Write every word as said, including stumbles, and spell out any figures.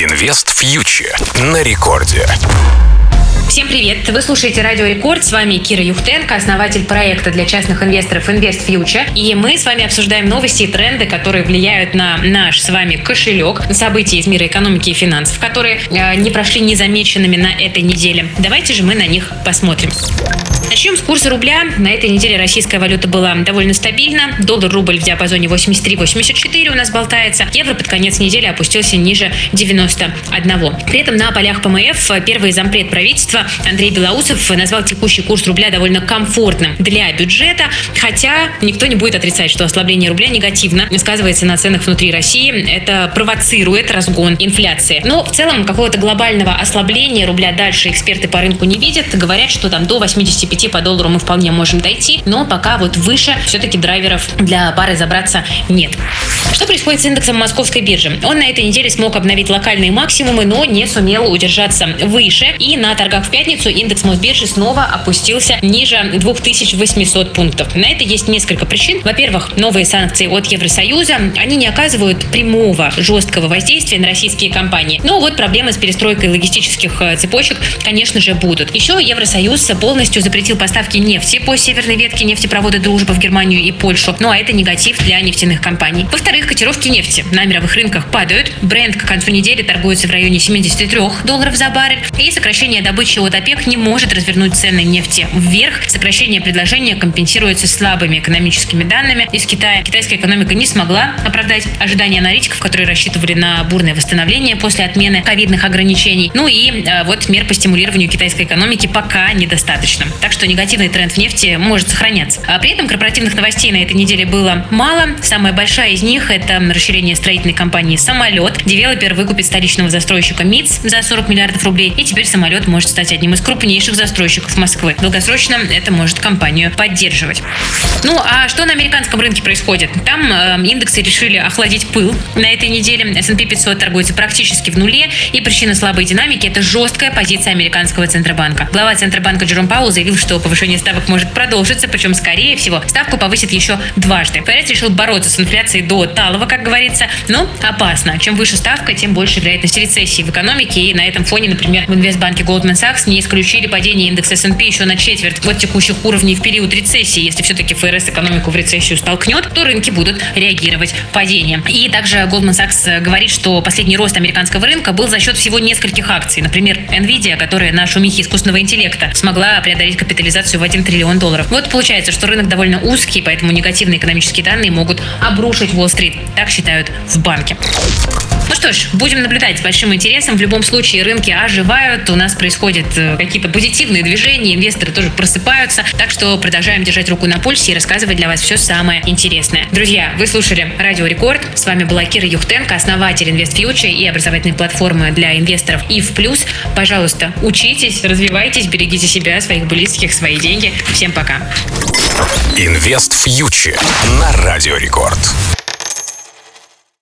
Инвест Фьючер на рекорде. Всем привет! Вы слушаете Радио Рекорд. С вами Кира Юхтенко, основатель проекта для частных инвесторов Инвест Фьючер. И мы с вами обсуждаем новости и тренды, которые влияют на наш с вами кошелек, на события из мира экономики и финансов, которые э, не прошли незамеченными на этой неделе. Давайте же мы на них посмотрим. Начнем с курса рубля. На этой неделе российская валюта была довольно стабильна. Доллар-рубль в диапазоне восемьдесят три восемьдесят четыре у нас болтается. Евро под конец недели опустился ниже девяноста одного. При этом на полях ПМФ первый зампред правительства Андрей Белоусов назвал текущий курс рубля довольно комфортным для бюджета, хотя никто не будет отрицать, что ослабление рубля негативно сказывается на ценах внутри России. Это провоцирует разгон инфляции. Но в целом какого-то глобального ослабления рубля дальше эксперты по рынку не видят. Говорят, что там до восьмидесяти пяти по доллару мы вполне можем дойти, но пока вот выше все-таки драйверов для пары забраться нет. Что происходит с индексом Московской биржи? Он на этой неделе смог обновить локальные максимумы, но не сумел удержаться выше. И на торгах в пятницу индекс Мосбиржи снова опустился ниже две тысячи восемьсот пунктов. На это есть несколько причин. Во-первых, новые санкции от Евросоюза, они не оказывают прямого жесткого воздействия на российские компании. Но вот проблемы с перестройкой логистических цепочек, конечно же, будут. Еще Евросоюз полностью запретил поставки нефти по северной ветке нефтепровода «Дружба» в Германию и Польшу. Ну а это негатив для нефтяных компаний. Во-вторых, котировки нефти на мировых рынках падают. Брент к концу недели торгуется в районе семидесяти трёх долларов за баррель. И сокращение добычи от ОПЕК не может развернуть цены нефти вверх. Сокращение предложения компенсируется слабыми экономическими данными из Китая. Китайская экономика не смогла оправдать ожидания аналитиков, которые рассчитывали на бурное восстановление после отмены ковидных ограничений. Ну и э, вот мер по стимулированию китайской экономики пока недостаточно. Так что негативный тренд в нефти может сохраняться. А при этом корпоративных новостей на этой неделе было мало. Самая большая из них – это расширение строительной компании «Самолет». Девелопер выкупит столичного застройщика МИЦ за сорок миллиардов рублей. И теперь «Самолет» может стать одним из крупнейших застройщиков Москвы. Долгосрочно это может компанию поддерживать. Ну а что на американском рынке происходит? Там э, индексы решили охладить пыл. На этой неделе эс энд пи пятьсот торгуется практически в нуле. И причина слабой динамики – это жесткая позиция американского Центробанка. Глава Центробанка Джером Пауэлл заявил, что повышение ставок может продолжиться, причем, скорее всего, ставку повысит еще дважды. ФРС решил бороться с инфляцией до талого, как говорится, но опасно. Чем выше ставка, тем больше вероятность рецессии в экономике. И на этом фоне, например, в инвестбанке Goldman Sachs не исключили падение индекса эс энд пи еще на четверть от текущих уровней в период рецессии. Если все-таки ФРС экономику в рецессию столкнет, то рынки будут реагировать падением. И также Goldman Sachs говорит, что последний рост американского рынка был за счет всего нескольких акций. Например, Nvidia, которая на шумихе искусственного интеллекта смогла преодолеть капитализацию в один триллион долларов. Вот получается, что рынок довольно узкий, поэтому негативные экономические данные могут обрушить Уолл-стрит. Так считают в банке. Ну что ж, будем наблюдать с большим интересом. В любом случае рынки оживают, у нас происходят какие-то позитивные движения, инвесторы тоже просыпаются. Так что продолжаем держать руку на пульсе и рассказывать для вас все самое интересное. Друзья, вы слушали Радио Рекорд. С вами была Кира Юхтенко, основатель Инвест Фьючер и образовательной платформы для инвесторов и в плюс. Пожалуйста, учитесь, развивайтесь, берегите себя, своих близких, свои деньги. Всем пока. Инвест Фьючер на Радио Рекорд.